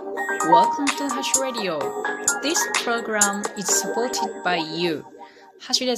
Welcome to Hash Radio. This program is supported by you. ハシです。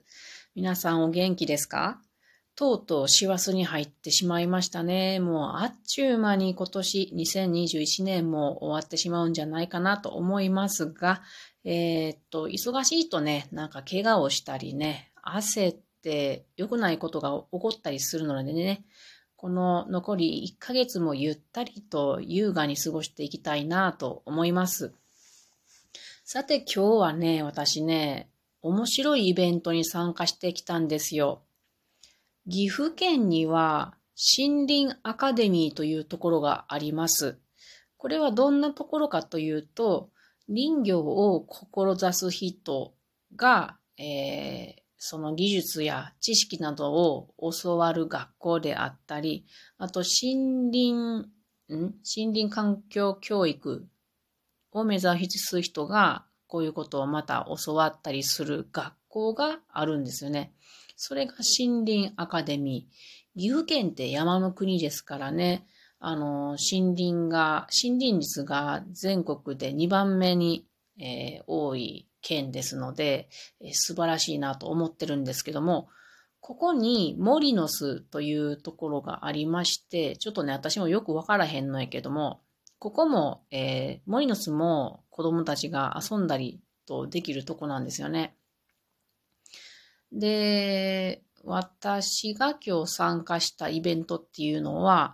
皆さんお元気ですか？とうとう師走に入ってしまいましたね。もうあっちゅう間に今年2021年も終わってしまうんじゃないかなと思いますが、忙しいとね、なんか怪我をしたりね、焦って良くないことが起こったりするのでね、この残り1ヶ月もゆったりと優雅に過ごしていきたいなと思います。さて今日はね、私ね、面白いイベントに参加してきたんですよ。岐阜県には森林アカデミーというところがあります。これはどんなところかというと、林業を志す人が、その技術や知識などを教わる学校であったり、あと森林環境教育を目指す人がこういうことをまた教わったりする学校があるんですよね。それが森林アカデミー。岐阜県って山の国ですからね、森林率が全国で2番目に、多い県ですので、素晴らしいなと思ってるんですけども、ここにモリノスというところがありまして、ちょっとね、私もよくわからへんのやけども、ここも、モリノスも子供たちが遊んだりとできるとこなんですよね。で、私が今日参加したイベントっていうのは、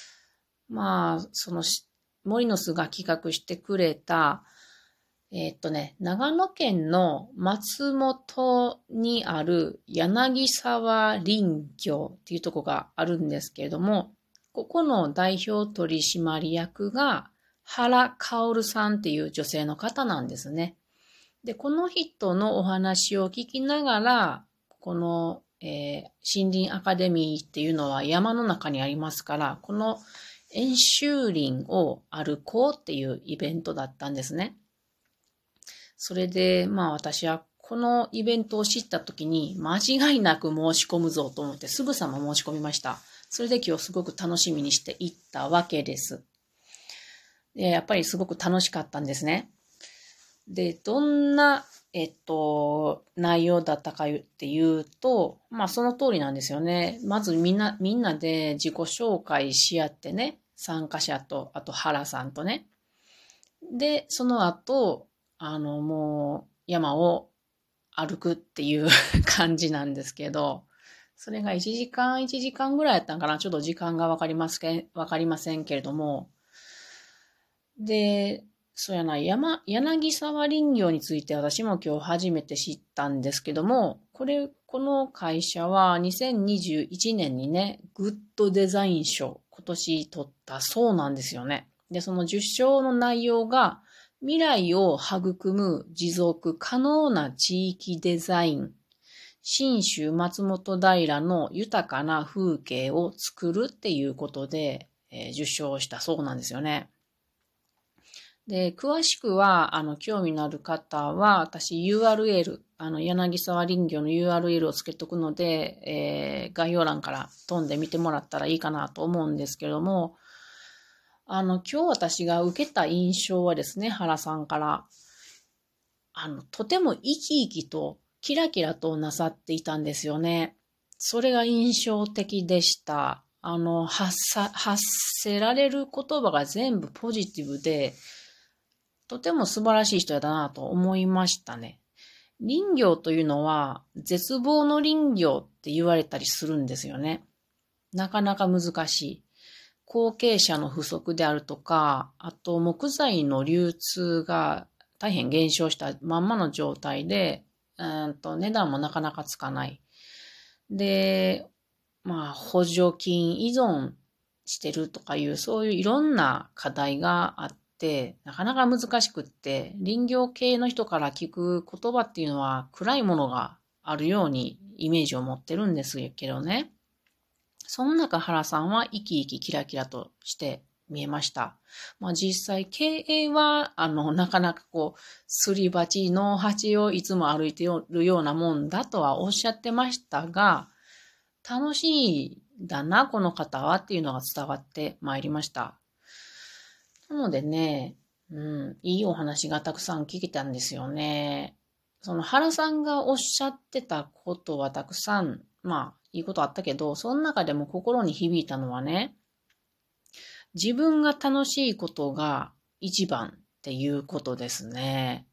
モリノスが企画してくれた、長野県の松本にある柳沢林業っていうとこがあるんですけれども、ここの代表取締役が原薫さんっていう女性の方なんですね。で、この人のお話を聞きながら、この、森林アカデミーっていうのは山の中にありますから、この演習林を歩こうっていうイベントだったんですね。それで、私はこのイベントを知った時に間違いなく申し込むぞと思ってすぐさま申し込みました。それで今日すごく楽しみにしていったわけです。で、やっぱりすごく楽しかったんですね。で、どんな、内容だったかっていうと、その通りなんですよね。まずみんなで自己紹介し合ってね、参加者と、あと原さんとね。で、その後、もう山を歩くっていう感じなんですけど、それが1時間ぐらいやったんかな。ちょっと時間がわかりませんけれども。で、そうやな、柳沢林業について私も今日初めて知ったんですけども、この会社は2021年にね、グッドデザイン賞、今年取ったそうなんですよね。で、その受賞の内容が、未来を育む持続可能な地域デザイン、信州松本平の豊かな風景を作るっていうことで、受賞したそうなんですよね。で、詳しくは、興味のある方は、私 URL、柳沢林業の URL をつけとくので、概要欄から飛んでみてもらったらいいかなと思うんですけれども、今日私が受けた印象はですね、原さんから、とても生き生きとキラキラとなさっていたんですよね。それが印象的でした。発せられる言葉が全部ポジティブで、とても素晴らしい人だなと思いましたね。林業というのは絶望の林業って言われたりするんですよね。なかなか難しい。後継者の不足であるとか、あと木材の流通が大変減少したまんまの状態で、値段もなかなかつかない。で、補助金依存してるとかいう、そういういろんな課題があって、なかなか難しくって、林業系の人から聞く言葉っていうのは暗いものがあるようにイメージを持ってるんですけどね。その中原さんは生き生きキラキラとして見えました。実際経営は、なかなかすり鉢の鉢をいつも歩いているようなもんだとはおっしゃってましたが、楽しいだな、この方はっていうのが伝わってまいりました。なのでね、いいお話がたくさん聞けたんですよね。その原さんがおっしゃってたことはたくさん、いいことあったけど、その中でも心に響いたのはね、自分が楽しいことが一番っていうことですね。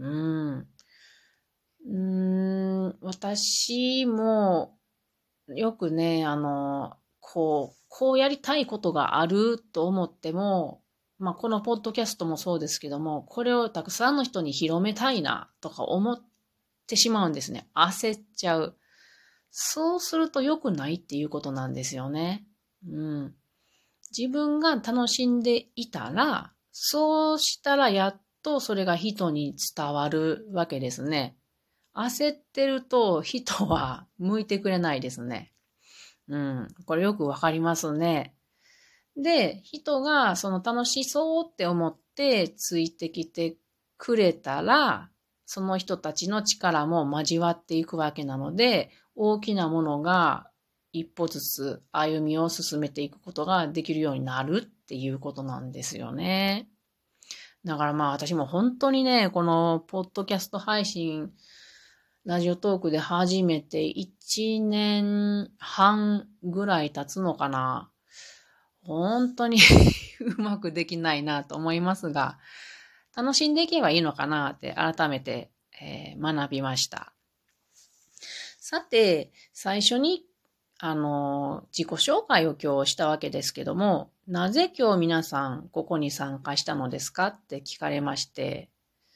私もよくね、こうやりたいことがあると思っても、このポッドキャストもそうですけども、これをたくさんの人に広めたいなとか思ってしまうんですね。焦っちゃう。そうすると良くないっていうことなんですよね。自分が楽しんでいたら、そうしたらやっとそれが人に伝わるわけですね。焦ってると人は向いてくれないですね。これよくわかりますね。で、人がその楽しそうって思ってついてきてくれたら、その人たちの力も交わっていくわけなので、大きなものが一歩ずつ歩みを進めていくことができるようになるっていうことなんですよね。だから私も本当にね、このポッドキャスト配信、ラジオトークで始めて1年半ぐらい経つのかな。本当にうまくできないなと思いますが、楽しんでいけばいいのかなって改めて、学びました。さて、最初に、自己紹介を今日したわけですけども、なぜ今日皆さんここに参加したのですかって聞かれまして、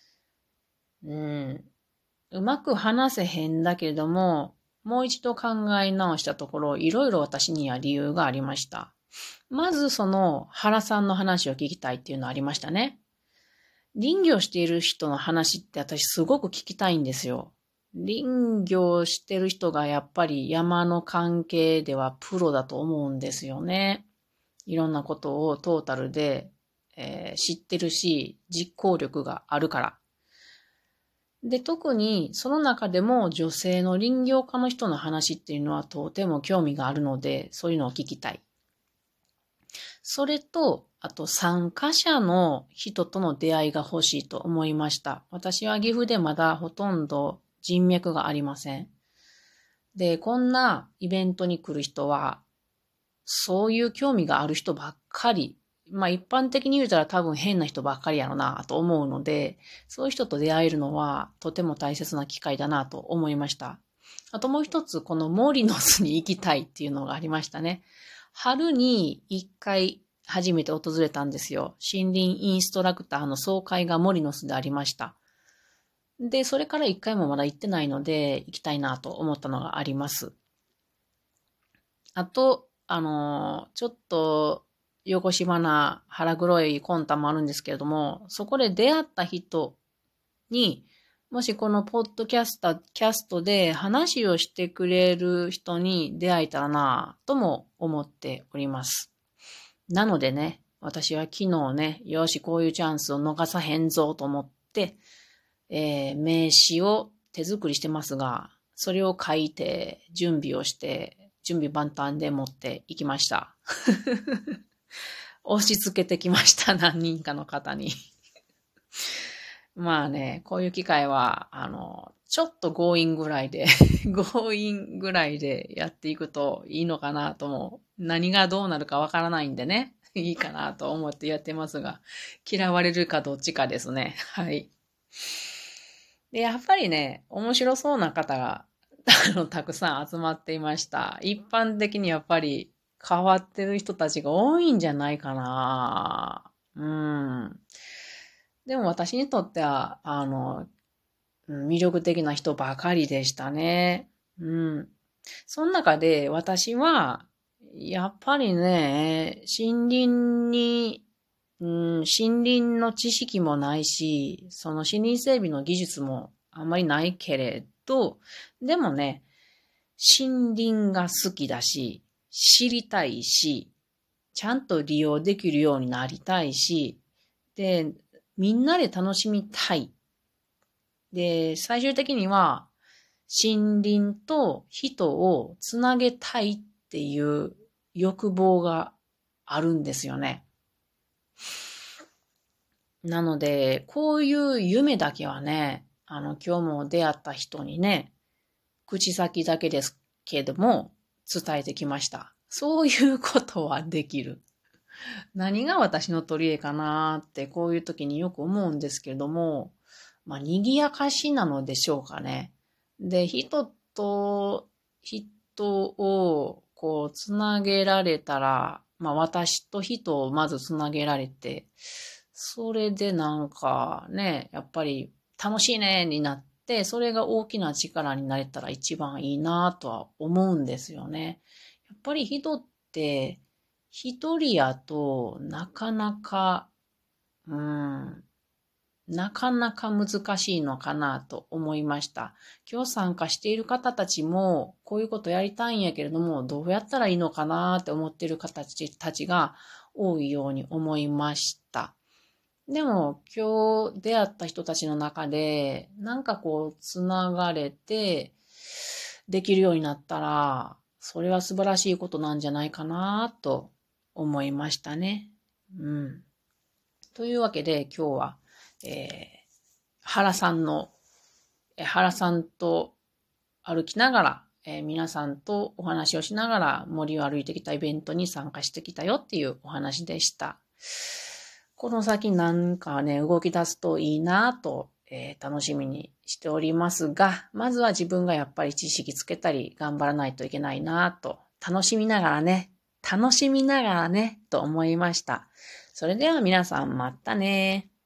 うまく話せへんだけども、もう一度考え直したところ、いろいろ私には理由がありました。まずその原さんの話を聞きたいっていうのありましたね。林業している人の話って私すごく聞きたいんですよ。林業してる人がやっぱり山の関係ではプロだと思うんですよね。いろんなことをトータルで、知ってるし、実行力があるから。で、特にその中でも女性の林業家の人の話っていうのはとても興味があるので、そういうのを聞きたい。それと、あと参加者の人との出会いが欲しいと思いました。私は岐阜でまだほとんど人脈がありません。で、こんなイベントに来る人は、そういう興味がある人ばっかり、一般的に言うたら多分変な人ばっかりやろなと思うので、そういう人と出会えるのはとても大切な機会だなと思いました。あともう一つ、このモーリノスに行きたいっていうのがありましたね。春に一回初めて訪れたんですよ。森林インストラクターの総会がモリノスでありました。で、それから一回もまだ行ってないので、行きたいなと思ったのがあります。あと、ちょっと、よこしまな腹黒い魂胆もあるんですけれども、そこで出会った人に、もしこのポッドキャストで話をしてくれる人に出会えたらなぁとも思っております。なのでね、私は昨日ね、よし、こういうチャンスを逃さへんぞと思って、名刺を手作りしてますが、それを書いて準備をして、準備万端で持っていきました。押し付けてきました、何人かの方に。こういう機会は、ちょっと強引ぐらいで強引ぐらいでやっていくといいのかなとも、何がどうなるかわからないんでね、いいかなと思ってやってますが、嫌われるかどっちかですね。はい。で、やっぱりね、面白そうな方が、たくさん集まっていました。一般的にやっぱり変わってる人たちが多いんじゃないかな。でも私にとっては、魅力的な人ばかりでしたね。その中で私は、やっぱりね、森林の知識もないし、その森林整備の技術もあんまりないけれど、でもね、森林が好きだし、知りたいし、ちゃんと利用できるようになりたいし、で、みんなで楽しみたい。で、最終的には、森林と人をつなげたいっていう欲望があるんですよね。 なので、こういう夢だけはね、今日も出会った人にね、口先だけですけども、伝えてきました。そういうことはできる。何が私の取り柄かなってこういう時によく思うんですけれども、賑やかしなのでしょうかね。で、人をつなげられたら、私と人をまずつなげられて、それでなんかね、やっぱり楽しいねになって、それが大きな力になれたら一番いいなとは思うんですよね。やっぱり人って一人やとなかなか、なかなか難しいのかなと思いました。今日参加している方たちも、こういうことやりたいんやけれども、どうやったらいいのかなって思っている方たちが多いように思いました。でも、今日出会った人たちの中で、つながれて、できるようになったら、それは素晴らしいことなんじゃないかなと思いましたね。というわけで、今日は、原さんと歩きながら、皆さんとお話をしながら森を歩いてきたイベントに参加してきたよっていうお話でした。この先なんかね、動き出すといいなと、楽しみにしておりますが、まずは自分がやっぱり知識つけたり頑張らないといけないなと、楽しみながらね、と思いました。それでは皆さんまたね。